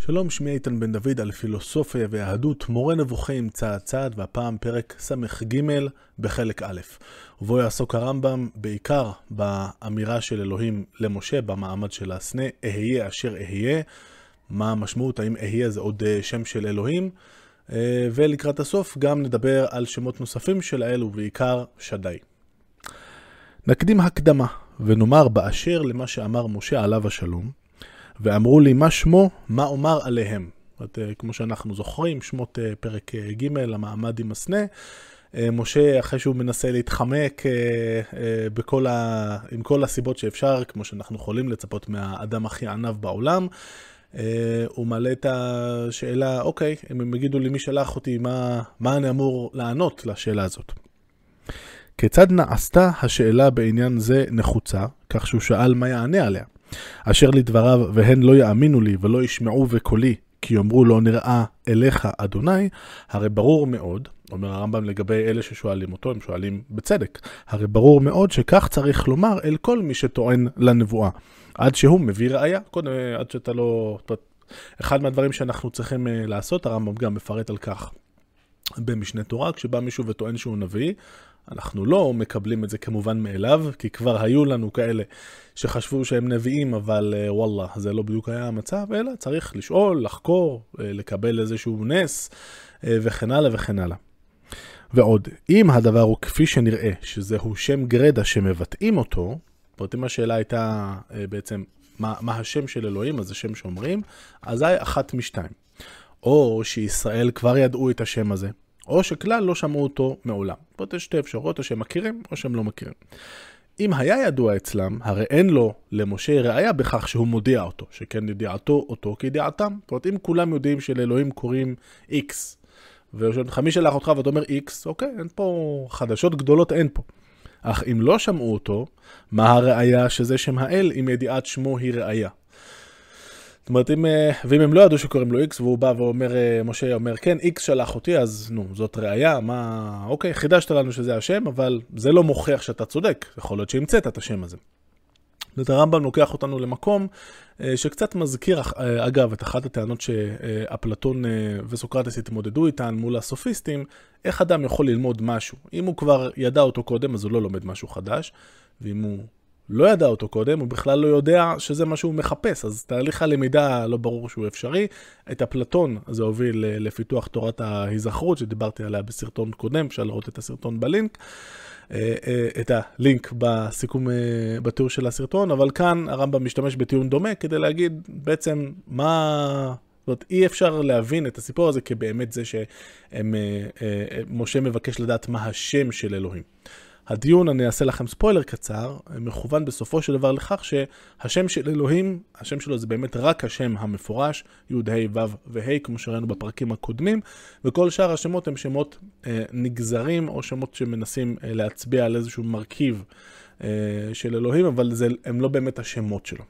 שלום, שמי איתן בן דוד על פילוסופיה ויהדות, מורה נבוכים צעד צעד, והפעם פרק ס"ג בחלק א'. ובו יעסוק הרמב"ם בעיקר באמירה של אלוהים למשה במעמד של הסנה, אהיה אשר אהיה. מה המשמעות, האם אהיה זה עוד שם של אלוהים? ולקראת הסוף גם נדבר על שמות נוספים של האל ובעיקר שדי. נקדים הקדמה ונאמר באשר למה שאמר משה עליו השלום. ואמרו לי מה שמו, מה אומר עליהם. כמו שאנחנו זוכרים, שמות פרק ג' המעמד עם הסנה. משה, אחרי שהוא מנסה להתחמק עם כל הסיבות שאפשר, כמו שאנחנו יכולים לצפות מהאדם הכי ענב בעולם, הוא מעלה את השאלה, אוקיי, אם הם יגידו לי מי שלח אותי, מה אני אמור לענות לשאלה הזאת? כיצד נעשתה השאלה בעניין זה נחוצה, כך שהוא שאל מה יענה עליה? אשר לדבריו והן לא יאמינו לי ולא ישמעו וקולי, כי יאמרו לא נראה אליך אדוני, הרי ברור מאוד, אומר הרמב"ם לגבי אלה ששואלים אותו, הם שואלים בצדק, הרי ברור מאוד שכך צריך לומר אל כל מי שטוען לנבואה, עד שהוא מביא ראיה, קודם עד שאתה לא... אחד מהדברים שאנחנו צריכים לעשות, הרמב"ם גם מפרט על כך במשנה תורה, כשבא מישהו וטוען שהוא נביא, אנחנו לא מקבלים את זה כמובן מאליו, כי כבר היו לנו כאלה שחשבו שהם נביאים, אבל וואלה, זה לא בדיוק היה המצב, אלא צריך לשאול, לחקור, לקבל איזשהו נס, וכן הלאה וכן הלאה. ועוד, אם הדבר הוא כפי שנראה, שזהו שם גרדה שמבטאים אותו, אם השאלה הייתה בעצם מה השם של אלוהים, אז זה שם שאומרים, אזי אחת משתיים. או שישראל כבר ידעו את השם הזה, או שכלל לא שמעו אותו מעולם. פה יש שתי אפשרויות, או שהם מכירים, או שהם לא מכירים. אם היה ידוע אצלם, הרי אין לו למשה ראיה בכך שהוא מודיע אותו, שכן ידיעתו אותו כידיעתם. זאת אומרת, אם כולם יודעים שלאלוהים קוראים X, ומי שלח אותך ואתה אומר X, אוקיי, אין פה חדשות גדולות, אין פה. אך אם לא שמעו אותו, מה הראיה שזה שם האל, אם ידיעת שמו היא ראיה? זאת אומרת, ואם הם לא ידעו שקוראים לו X, והוא בא ואומר, משה אומר, כן, X שלח אותי, אז נו, זאת ראיה, אוקיי, חידשת לנו שזה השם, אבל זה לא מוכיח שאתה צודק, יכול להיות שהמצאת את השם הזה. זאת הרמב"ם לוקח אותנו למקום שקצת מזכיר, אגב, את אחת הטענות שאפלטון וסוקרטס התמודדו איתן מול הסופיסטים, איך אדם יכול ללמוד משהו. אם הוא כבר ידע אותו קודם, אז הוא לא לומד משהו חדש, ואם הוא לא ידע אותו קודם, הוא בכלל לא יודע שזה מה שהוא מחפש, אז תהליך הלמידה לא ברור שהוא אפשרי. את אפלטון זה הוביל לפיתוח תורת ההיזכרות, שדיברתי עליה בסרטון קודם, אפשר לראות את הסרטון בלינק, את הלינק בסיכום, בתיאור של הסרטון, אבל כאן הרמב"ם משתמש בטיעון דומה, כדי להגיד בעצם זאת אי אפשר להבין את הסיפור הזה כבאמת זה שמשה מבקש לדעת מה השם של אלוהים. הדיון, אני אעשה לכם ספוילר קצר, מכוון בסופו של דבר לכך שהשם של אלוהים, השם שלו זה באמת רק השם המפורש, י' ה' ו' וה', כמו שראינו בפרקים הקודמים, וכל שאר השמות הם שמות נגזרים, או שמות שמנסים להצביע על איזשהו מרכיב של אלוהים, אבל הם לא באמת השמות שלו.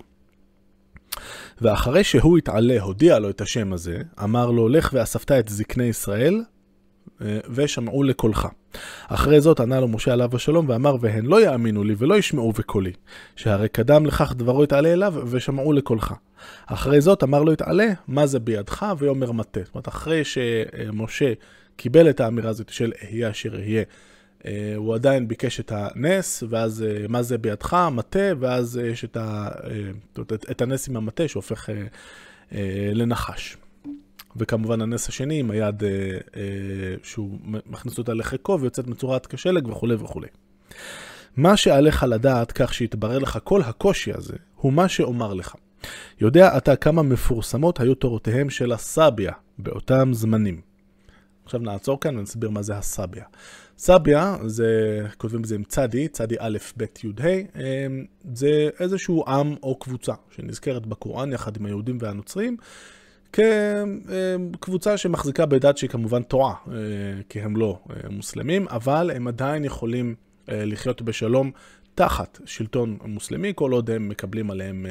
ואחרי שהוא התעלה, הודיע לו את השם הזה, אמר לו, לך ואספת את זקני ישראל, ושמעו לקולך. אחרי זאת ענה לו משה עליו השלום ואמר, והן לא יאמינו לי ולא ישמעו וקולי, שהרי קדם לכך דברו יתעלה אליו ושמעו לקולך. אחרי זאת אמר לו יתעלה, מה זה בידך? ויאמר מטה. זאת אומרת, אחרי שמשה קיבל את האמירה הזאת של אהיה אשר אהיה, הוא עדיין ביקש את הנס, ואז מה זה בידך? מטה, ואז יש את הנס עם המטה שהופך לנחש. וכמובן הנס השני עם היד שהוא מכניס אותה לחיקו ויוצאת מצורת כשלג וכו' וכו'. מה שעליך לדעת כך שיתברר לך כל הקושי הזה הוא מה שאומר לך. יודע אתה כמה מפורסמות היו תורותיהם של הסביה באותם זמנים. עכשיו נעצור כאן ונסביר מה זה הסביה. סביה, כותבים בזה עם צדי א' ב' י' ה', זה איזשהו עם או קבוצה שנזכרת בקוראן יחד עם היהודים והנוצרים, כקבוצה שמחזיקה בדת שהיא כמובן טועה, כי הם לא מוסלמים, אבל הם עדיין יכולים לחיות בשלום תחת שלטון מוסלמי, כל עוד הם מקבלים עליהם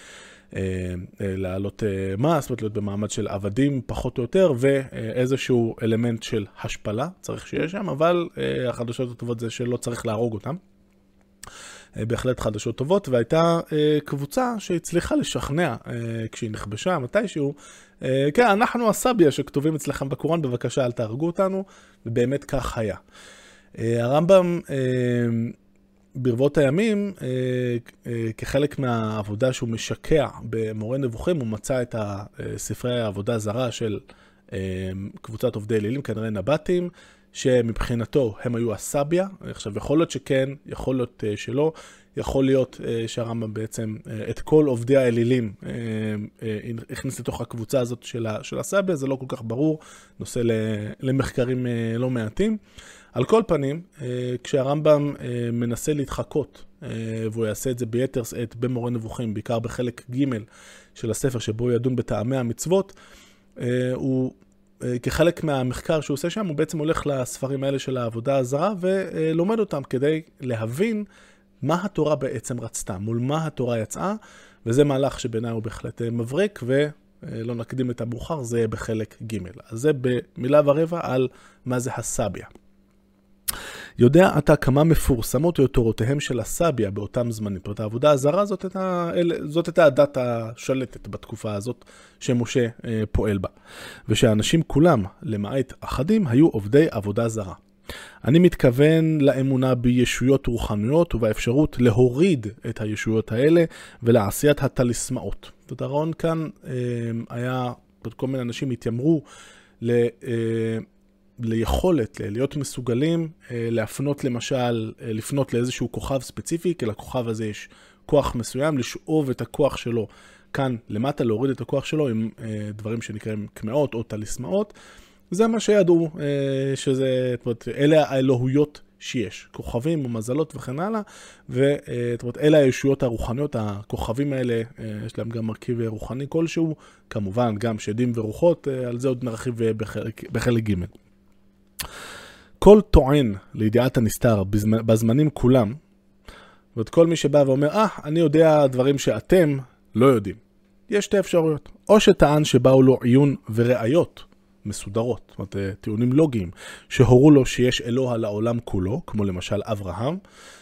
לעלות מס, להיות במעמד של עבדים פחות או יותר, ואיזשהו אלמנט של השפלה צריך שיש שם, אבל החדשות הטובות זה שלא צריך להרוג אותם. בהחלט חדשות טובות, והייתה קבוצה שהצליחה לשכנע כשהיא נכבשה מתישהו, כן, אנחנו הסביה שכתובים אצלכם בקוראן, בבקשה אל תהרגו אותנו, ובאמת כך היה. הרמב"ם ברבות הימים, כחלק מהעבודה שהוא משקע במורה נבוכים, הוא מצא את ספרי העבודה הזרה של קבוצת עובדי אלילים, כנראה נבטים, שמבחינתו הם היו הסביה. עכשיו, יכול להיות שכן, יכול להיות שלא, יכול להיות שהרמב"ם בעצם את כל עובדי האלילים הכניס לתוך הקבוצה הזאת של הסביה, זה לא כל כך ברור, נושא למחקרים לא מעטים. על כל פנים, כשהרמב"ם מנסה להתחקות, והוא יעשה את זה ביתר שאת במורה נבוכים, בעיקר בחלק ג' של הספר שבו הוא ידון בטעמי המצוות, הוא כחלק מהמחקר שהוא עושה שם, הוא בעצם הולך לספרים האלה של העבודה הזרה, ולומד אותם כדי להבין מה התורה בעצם רצתה, מול מה התורה יצאה, וזה מהלך שבעיניי הוא בהחלט מבריק, ולא נקדים את המאוחר, זה בחלק ג'. אז זה במילה ורבע על מה זה הסביה. יודע אתה כמה מפורסמות היו תורותיהם של הסביה באותם זמנים. זאת אומרת, העבודה הזרה זאת הייתה הדת השלטת בתקופה הזאת שמשה פועל בה. ושהאנשים כולם, למעט אחדים, היו עובדי עבודה זרה. אני מתכוון לאמונה בישויות רוחניות ובאפשרות להוריד את הישויות האלה ולעשיית התליסמאות. זאת הרעיון כאן היה, כל מיני אנשים התיימרו ליכולת, להיות מסוגלים להפנות למשל, לפנות לאיזשהו כוכב ספציפי, כי לכוכב הזה יש כוח מסוים, לשאוב את הכוח שלו כאן למטה, להוריד את הכוח שלו עם דברים שנקראים קמאות או תליסמאות. זה מה שידעו, שזה, אלה האלוהויות שיש, כוכבים ומזלות וכן הלאה, ואלה הישויות הרוחניות, הכוכבים האלה, יש להם גם מרכיב רוחני כלשהו, כמובן גם שדים ורוחות, על זה עוד נרחיב בחלק ג'. כל טוען לידיעת הנסתר בזמנים כולם, ואת כל מי שבא ואומר, אני יודע דברים שאתם לא יודעים. יש שתי אפשרויות. או שטען שבאו לו עיון וראיות מסודרות, זאת אומרת, טיעונים לוגיים, שהורו לו שיש אלוה לעולם כולו, כמו למשל אברהם,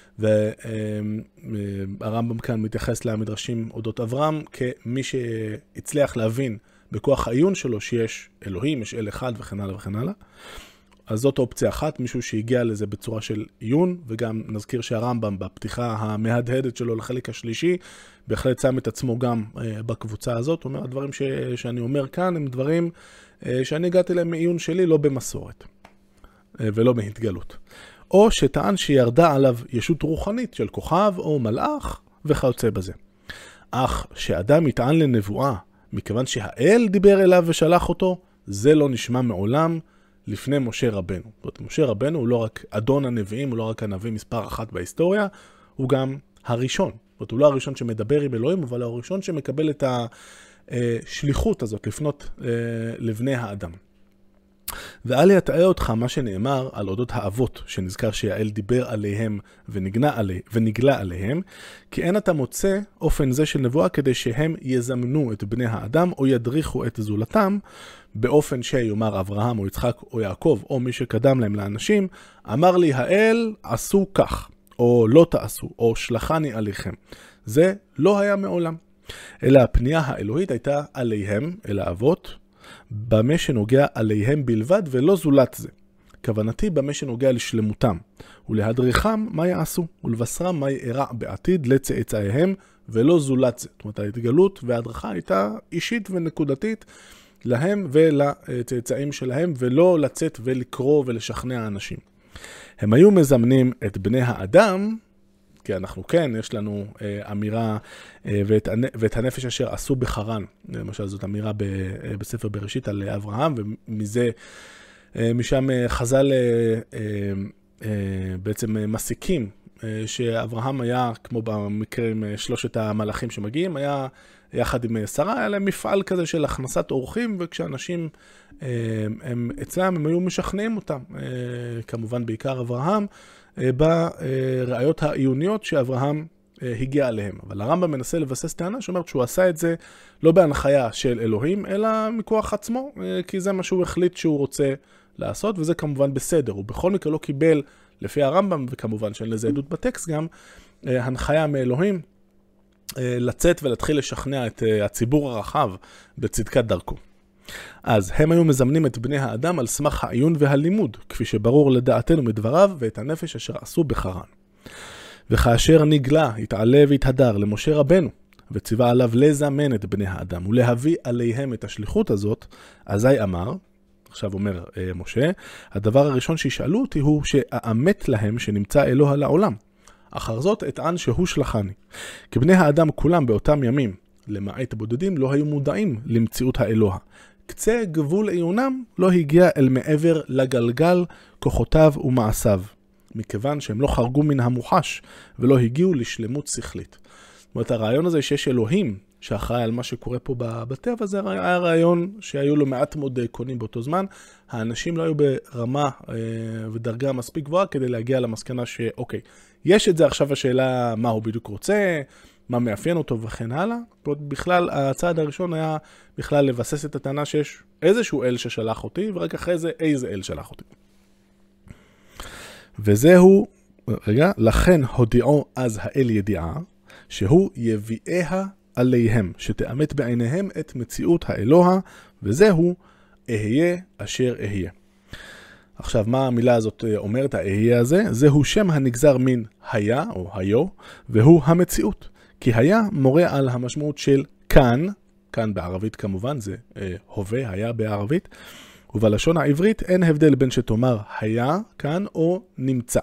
והרמב"ם כאן מתייחס למדרשים אודות אברהם, כמי שהצליח להבין בכוח העיון שלו שיש אלוהים, יש אל אחד וכן הלאה וכן הלאה. אז זאת אופציה אחת, מישהו שהגיע לזה בצורה של עיון, וגם נזכיר שהרמב"ם בפתיחה המהדהדת שלו לחלק השלישי, בהחלט שם את עצמו גם בקבוצה הזאת. הוא אומר, הדברים שאני אומר כאן הם דברים שאני הגעתי להם מעיון שלי, לא במסורת ולא בהתגלות. או שטען שירדה עליו ישות רוחנית של כוכב או מלאך וכיוצא בזה. אך שאדם יטען לנבואה, מכיוון שהאל דיבר אליו ושלח אותו, זה לא נשמע מעולם לפני משה רבנו. זאת אומרת, משה רבנו הוא לא רק אדון הנביאים, הוא לא רק הנביא מספר אחת בהיסטוריה, הוא גם הראשון. זאת אומרת, הוא לא הראשון שמדבר עם אלוהים, אבל הוא הראשון שמקבל את השליחות הזאת לפנות לבני האדם. ואל יטעה אותך מה שנאמר על אודות האבות, שנזכר שהאל דיבר עליהם ונגלה עליהם, כי אין אתה מוצא אופן זה של נבואה כדי שהם יזמנו את בני האדם או ידריכו את זולתם, באופן שיאמר אברהם או יצחק או יעקב או מי שקדם להם לאנשים, אמר לי האל עשו כך, או לא תעשו, או שלחני עליכם. זה לא היה מעולם. אלא הפנייה האלוהית הייתה עליהם, אל האבות, במה שנוגע עליהם בלבד ולא זולת זה. כוונתי במה שנוגע לשלמותם, ולהדריכם מה יעשו, ולבשרם מה יארע בעתיד לצאצאיהם ולא זולת זה. זאת אומרת, ההתגלות וההדרכה הייתה אישית ונקודתית להם ולצאצאים שלהם, ולא לצאת ולקרוא ולשכנע אנשים. הם היו מזמנים את בני האדם, כי אנחנו כן, יש לנו אמירה, ואת הנפש אשר עשו בחרן, למשל זאת אמירה בספר בראשית על אברהם, ומשם חז"ל בעצם מסיקים שאברהם היה, כמו במקרה עם שלושת המלאכים שמגיעים, היה יחד עם שרה, היה להם מפעל כזה של הכנסת אורחים, וכשאנשים הם אצלם, הם היו משכנעים אותם, כמובן בעיקר אברהם, בראיות העיוניות שאברהם הגיע אליהם. אבל הרמב"ם מנסה לבסס טענה שאומרת שהוא עשה את זה לא בהנחיה של אלוהים, אלא מכוח עצמו, כי זה מה שהוא החליט שהוא רוצה לעשות, וזה כמובן בסדר. הוא בכל מקרה לא קיבל, לפי הרמב"ם, וכמובן שאין לזה עדות בטקסט גם, הנחיה מאלוהים לצאת ולהתחיל לשכנע את הציבור הרחב בצדקת דרכו. אז הם היו מזמנים את בני האדם על סמך העיון והלימוד, כפי שברור לדעתנו מדבריו, ואת הנפש אשר עשו בחרן. וכאשר נגלה, התעלה והתהדר למשה רבנו, וציווה עליו לזמן את בני האדם ולהביא עליהם את השליחות הזאת, אזי אמר, עכשיו אומר משה, הדבר הראשון שישאלו אותי הוא שאמת להם שנמצא אלוה לעולם. אחר זאת אטען שהוא שלחני. כי בני האדם כולם באותם ימים, למעט בודדים, לא היו מודעים למציאות האלוה. קצה גבול עיונם לא הגיע אל מעבר לגלגל כוחותיו ומעשיו, מכיוון שהם לא חרגו מן המוחש ולא הגיעו לשלמות שכלית. זאת אומרת, הרעיון הזה שיש אלוהים שאחראי על מה שקורה פה בטבע, זה היה רעיון שהיו לו מעט מאוד קונים באותו זמן. האנשים לא היו ברמה ודרגה מספיק גבוהה כדי להגיע למסקנה שאוקיי, יש את זה, עכשיו השאלה מה הוא בדיוק רוצה, מה מאפיין אותו וכן הלאה. בכלל, הצעד הראשון היה בכלל לבסס את הטענה שיש איזשהו אל ששלח אותי, ורק אחרי זה איזה אל שלח אותי. וזהו, לכן הודיעו אז האל ידיעה, שהוא יביאיה עליהם, שתאמת בעיניהם את מציאות האלוה, וזהו אהיה אשר אהיה. עכשיו, מה המילה הזאת אומרת, האהיה הזה? זהו שם הנגזר מן היה, או היו, והוא המציאות. כי היה מורה על המשמעות של כאן, כאן בערבית כמובן, זה הווה, היה בערבית, ובלשון העברית אין הבדל בין שתאמר היה כאן או נמצא.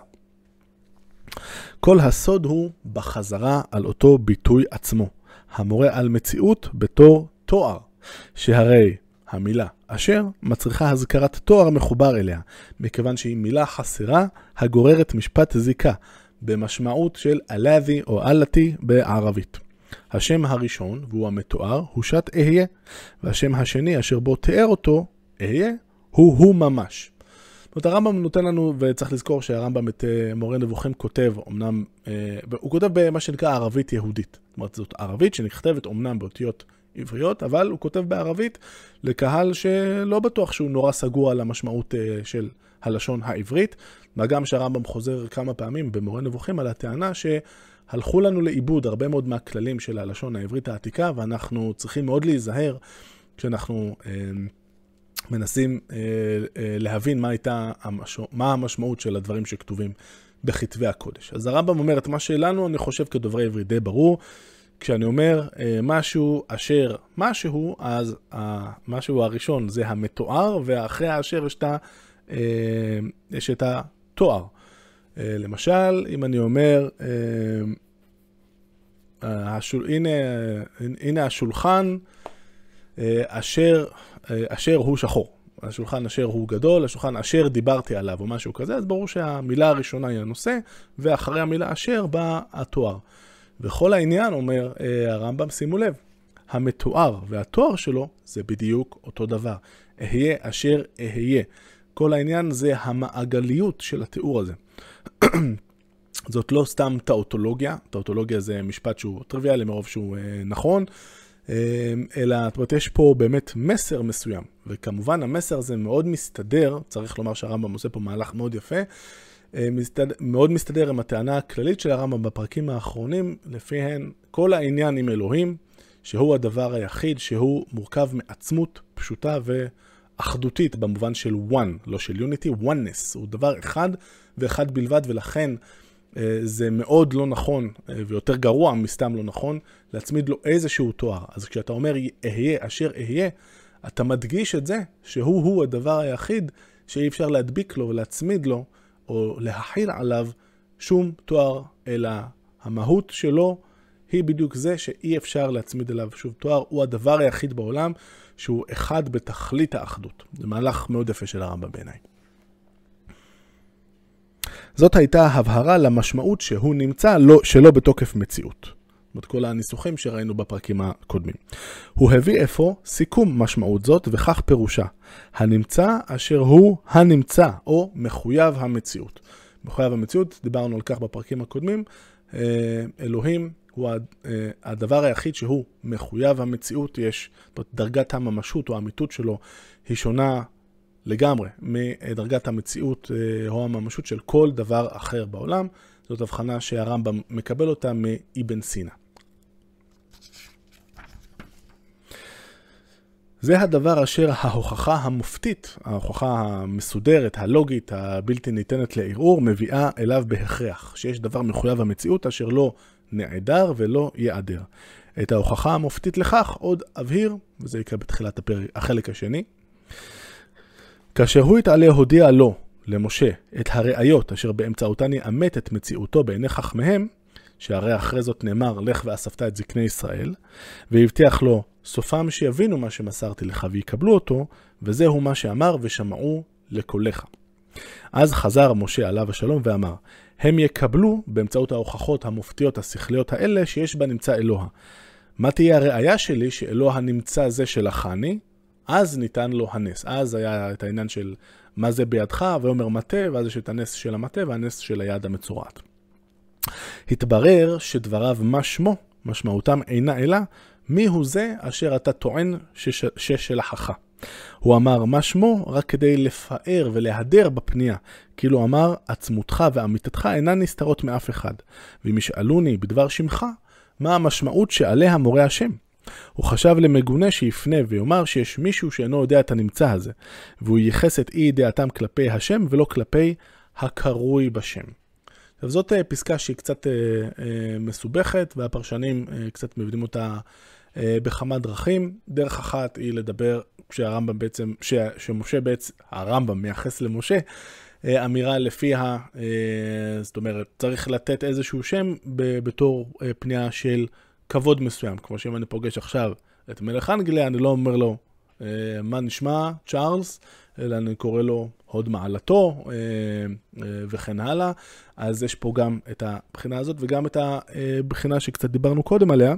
כל הסוד הוא בחזרה על אותו ביטוי עצמו, המורה על מציאות בתור תואר, שהרי המילה אשר מצריכה הזכרת תואר מחובר אליה, מכיוון שהיא מילה חסרה הגוררת משפט זיקה, במשמעות של אלאדי או אלתי בערבית. השם הראשון, והוא המתואר, הוא שת אהיה, והשם השני אשר בו תיאר אותו, אהיה, הוא ממש. זאת אומרת, הרמב"ם נותן לנו, וצריך לזכור שהרמב"ם את מורה נבוכים כותב, אמנם, הוא כותב במה שנקרא ערבית יהודית. זאת אומרת, זאת ערבית שנכתבת אמנם באותיות עבריות, אבל הוא כותב בערבית לקהל שלא בטוח שהוא נורא סגור על המשמעות של הלשון העברית, וגם שהרמב"ם חוזר כמה פעמים במורה נבוכים על הטענה שהלכו לנו לאיבוד הרבה מאוד מהכללים של הלשון העברית העתיקה, ואנחנו צריכים מאוד להיזהר כשאנחנו מנסים להבין מה המשמעות של הדברים שכתובים בכתבי הקודש. אז הרמב"ם אומר את מה שלנו, אני חושב כדוברי עברית די ברור, כשאני אומר משהו אשר משהו, אז המשהו הראשון זה המתואר, ואחרי האשר יש את התואר. למשל, אם אני אומר, הנה השולחן אשר הוא שחור. השולחן אשר הוא גדול, השולחן אשר דיברתי עליו או משהו כזה, אז ברור שהמילה הראשונה היא הנושא, ואחרי המילה אשר בא התואר. וכל העניין אומר הרמב"ם, שימו לב, המתואר והתואר שלו זה בדיוק אותו דבר. אהיה אשר אהיה. כל העניין זה המעגליות של התיאור הזה. זאת לא סתם טאוטולוגיה, טאוטולוגיה זה משפט שהוא טריוויאלי מרוב שהוא נכון, אלא יש פה באמת מסר מסוים, וכמובן המסר הזה מאוד מסתדר, צריך לומר שהרמב"ם עושה פה מהלך מאוד יפה, מאוד מסתדר עם הטענה הכללית של הרמב"ם בפרקים האחרונים, לפיהן כל העניין עם אלוהים, שהוא הדבר היחיד, שהוא מורכב מעצמות פשוטה ואחדותית, במובן של one, לא של unity, oneness, הוא דבר אחד ואחד בלבד, ולכן זה מאוד לא נכון, ויותר גרוע מסתם לא נכון, להצמיד לו איזשהו תואר. אז כשאתה אומר אהיה אשר אהיה, אתה מדגיש את זה שהוא הדבר היחיד שאי אפשר להדביק לו ולהצמיד לו, או להחיל עליו שום תואר, אלא המהות שלו היא בדיוק זה שאי אפשר להצמיד אליו שוב תואר, הוא הדבר היחיד בעולם שהוא אחד בתכלית האחדות. זה מהלך מאוד יפה של הרמב"ם בעיניי. זאת הייתה הבהרה למשמעות שהוא נמצא שלא בתוקף מציאות. זאת אומרת, כל הניסוחים שראינו בפרקים הקודמים. הוא הביא אפוא סיכום משמעות זאת, וכך פירושה, הנמצא אשר הוא הנמצא, או מחויב המציאות. מחויב המציאות, דיברנו על כך בפרקים הקודמים, אלוהים הוא הדבר היחיד שהוא מחויב המציאות, יש דרגת הממשות או האמיתות שלו, היא שונה לגמרי מדרגת המציאות או הממשות של כל דבר אחר בעולם. זאת הבחנה שהרמב"ם מקבל אותה מאבן סינה. זה הדבר אשר ההוכחה המופתית, ההוכחה המסודרת, הלוגית, הבלתי ניתנת לערעור, מביאה אליו בהכרח, שיש דבר מחויב המציאות אשר לא נעדר ולא יעדר. את ההוכחה המופתית לכך עוד אבהיר, וזה יקרה בתחילת החלק השני. כאשר הוא התעלה הודיע לו, למשה, את הראיות אשר באמצעותן יאמת את מציאותו בעיני חכמיהם, שהרי אחרי זאת נאמר, לך ואספת את זקני ישראל, והבטיח לו, סופם שיבינו מה שמסרתי לך ויקבלו אותו, וזהו מה שאמר ושמעו לקולך. אז חזר משה עליו השלום ואמר, הם יקבלו באמצעות ההוכחות המופתיות השכליות האלה שיש בה נמצא אלוה. מה תהיה הראייה שלי שאלוה נמצא זה שלחני? אז ניתן לו הנס. אז היה את העניין של מה זה בידך, ואומר מטה, ואז יש את הנס של המטה והנס של היד המצורעת. התברר שדבריו מה שמו, משמעותם אינה אלא, מי הוא זה אשר אתה טוען ששלחך. הוא אמר מה שמו רק כדי לפאר ולהדר בפנייה, כאילו אמר עצמותך ואמיתתך אינן נסתרות מאף אחד. ואם ישאלוני בדבר שמך, מה המשמעות שעליה מורה השם? הוא חשב למגונה שיפנה ויאמר שיש מישהו שאינו יודע את הנמצא הזה, והוא ייחס את אי ידיעתם כלפי השם ולא כלפי הקרוי בשם. עכשיו זאת פסקה שהיא קצת מסובכת, והפרשנים קצת מבינים אותה בכמה דרכים. דרך אחת היא לדבר כשהרמב"ם בעצם, שמשה בעצם, הרמב"ם מייחס למשה, אמירה לפיה, זאת אומרת, צריך לתת איזשהו שם בתור פנייה של כבוד מסוים. כמו שאם אני פוגש עכשיו את מלך אנגליה, אני לא אומר לו, מה נשמע צ'ארלס, אלא אני קורא לו הוד מעלתו וכן הלאה. אז יש פה גם את הבחינה הזאת וגם את הבחינה שקצת דיברנו קודם עליה,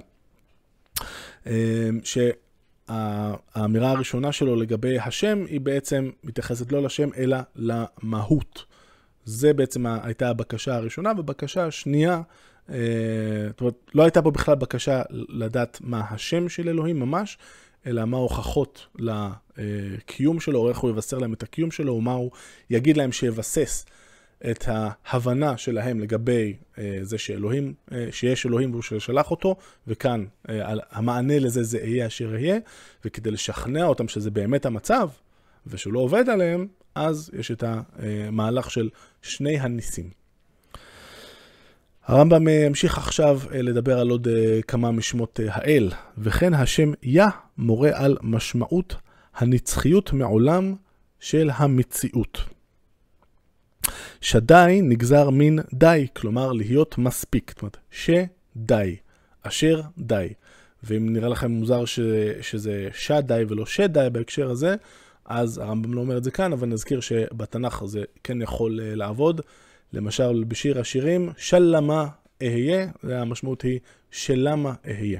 שהאמירה הראשונה שלו לגבי השם היא בעצם מתייחסת לא לשם אלא למהות. זה בעצם הייתה הבקשה הראשונה, ובקשה השנייה, זאת אומרת, לא הייתה פה בכלל בקשה לדעת מה השם של אלוהים ממש, אלא מה ההוכחות לקיום שלו, או איך הוא יבשר להם את הקיום שלו, או מה הוא יגיד להם שיבסס את ההבנה שלהם לגבי זה שאלוהים, שיש אלוהים והוא ששלח אותו, וכאן המענה לזה זה יהיה אשר יהיה, וכדי לשכנע אותם שזה באמת המצב, ושהוא לא עובד עליהם, אז יש את המהלך של שני הניסים. הרמב"ם המשיך עכשיו לדבר על עוד כמה משמות האל, וכן השם יה מורה על משמעות הנצחיות מעולם של המציאות. שדי נגזר מן די, כלומר להיות מספיק, זאת אומרת שדי, אשר די. ואם נראה לכם מוזר שזה שדי ולא שדי בהקשר הזה, אז הרמב"ם לא אומר את זה כאן, אבל נזכיר שבתנ"ך זה כן יכול לעבוד. למשל בשיר השירים, שלמה אהיה, והמשמעות היא שלמה אהיה.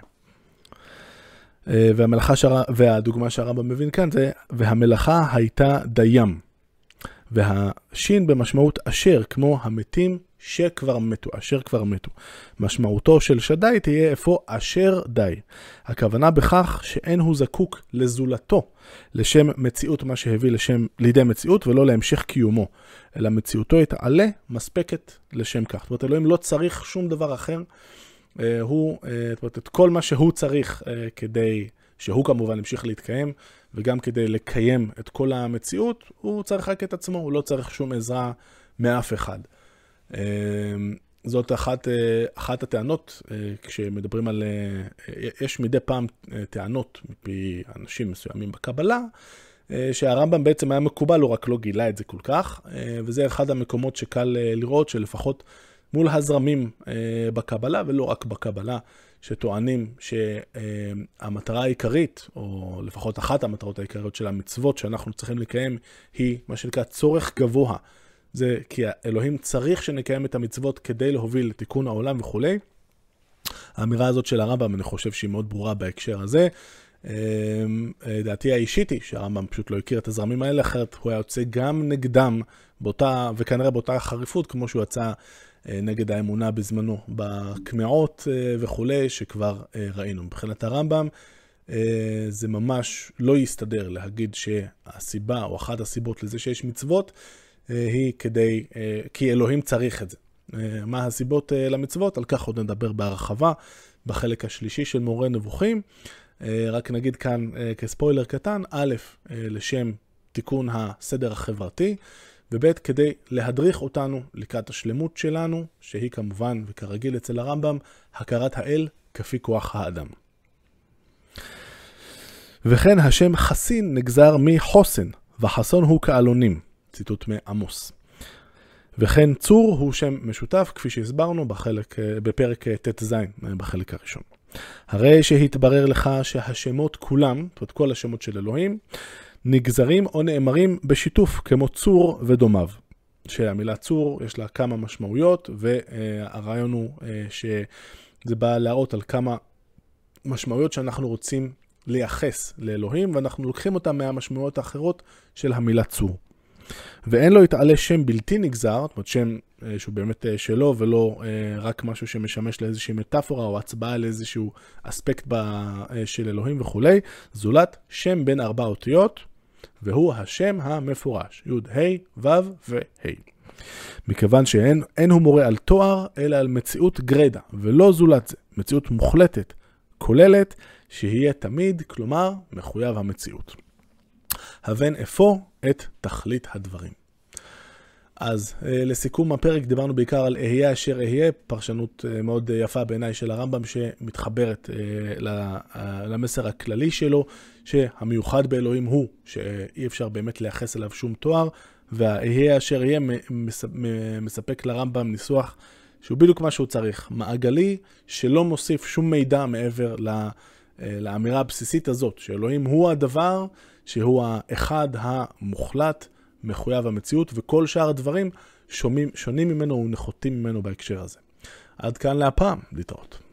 והדוגמה שהרמב"ם מבין כאן זה, והמלאכה הייתה דים. והשין במשמעות אשר, כמו המתים שכבר מתו, אשר כבר מתו. משמעותו של שדי תהיה איפה אשר די. הכוונה בכך שאין הוא זקוק לזולתו, לשם מציאות מה שהביא לידי מציאות, ולא להמשך קיומו. אלא מציאותו יתעלה מספקת לשם כך. זאת אומרת, אלוהים לא צריך שום דבר אחר. זאת אומרת, את כל מה שהוא צריך כדי שהוא כמובן המשיך להתקיים, וגם כדי לקיים את כל המציאות, הוא צריך רק את עצמו, הוא לא צריך שום עזרה מאף אחד. זאת אחת הטענות, כשמדברים על, יש מדי פעם טענות מפי אנשים מסוימים בקבלה, שהרמב"ם בעצם היה מקובל, הוא רק לא גילה את זה כל כך, וזה אחד המקומות שקל לראות, שלפחות מול הזרמים בקבלה, ולא רק בקבלה, שטוענים שהמטרה העיקרית, או לפחות אחת המטרות העיקריות של המצוות שאנחנו צריכים לקיים, היא מה שנקרא צורך גבוה. זה כי האלוהים צריך שנקיים את המצוות כדי להוביל לתיקון העולם וכו'. האמירה הזאת של הרמב"ם, אני חושב שהיא מאוד ברורה בהקשר הזה. דעתי האישית היא שהרמב"ם פשוט לא הכיר את הזרמים האלה, אחרת הוא היה יוצא גם נגדם, וכנראה באותה חריפות, כמו שהוא יצא נגד האמונה בזמנו, בקמעות וכו', שכבר ראינו. מבחינת הרמב"ם, זה ממש לא יסתדר להגיד שהסיבה, או אחת הסיבות לזה שיש מצוות, היא כי אלוהים צריך את זה. מה הסיבות למצוות, על כך עוד נדבר בהרחבה בחלק השלישי של מורה נבוכים. רק נגיד כאן כספוילר קטן, א', לשם תיקון הסדר החברתי, וב' כדי להדריך אותנו לקראת השלמות שלנו, שהיא כמובן וכרגיל אצל הרמב"ם, הכרת האל כפי כוח האדם. וכן השם חסין נגזר מחוסן, וחסון הוא כאלונים, ציטוט מעמוס. וכן צור הוא שם משותף, כפי שהסברנו בפרק ט"ז, בחלק הראשון. הרי שהתברר לך שהשמות כולם, זאת אומרת כל השמות של אלוהים, נגזרים או נאמרים בשיתוף כמו צור ודומיו. שהמילה צור יש לה כמה משמעויות, והרעיון הוא שזה בא להראות על כמה משמעויות שאנחנו רוצים לייחס לאלוהים, ואנחנו לוקחים אותם מהמשמעויות האחרות של המילה צור. ואין לו יתעלה שם בלתי נגזר, זאת אומרת שם שהוא באמת שלו, ולא רק משהו שמשמש לאיזושהי מטאפורה או הצבעה לאיזשהו אספקט של אלוהים וכו', זולת שם בין 4 אותיות, והוא השם המפורש, י' ה' ו' וה'. מכיוון שאין הוא מורה על תואר, אלא על מציאות גרדה, ולא זולת זה, מציאות מוחלטת, כוללת, שיהיה תמיד, כלומר, מחויב המציאות. הבן אפוא את תכלית הדברים. אז לסיכום הפרק דיברנו בעיקר על אהיה אשר אהיה, פרשנות מאוד יפה בעיניי של הרמב"ם שמתחברת למסר הכללי שלו, שהמיוחד באלוהים הוא שאי אפשר באמת לייחס אליו שום תואר, והאהיה אשר אהיה מספק לרמב"ם ניסוח שהוא בדיוק מה שהוא צריך, מעגלי שלא מוסיף שום מידע מעבר לאמירה הבסיסית הזאת, שאלוהים הוא הדבר שהוא האחד המוחלט, מחויב המציאות, וכל שאר הדברים שונים ממנו ונחותים ממנו בהקשר הזה. עד כאן להפעם, להתראות.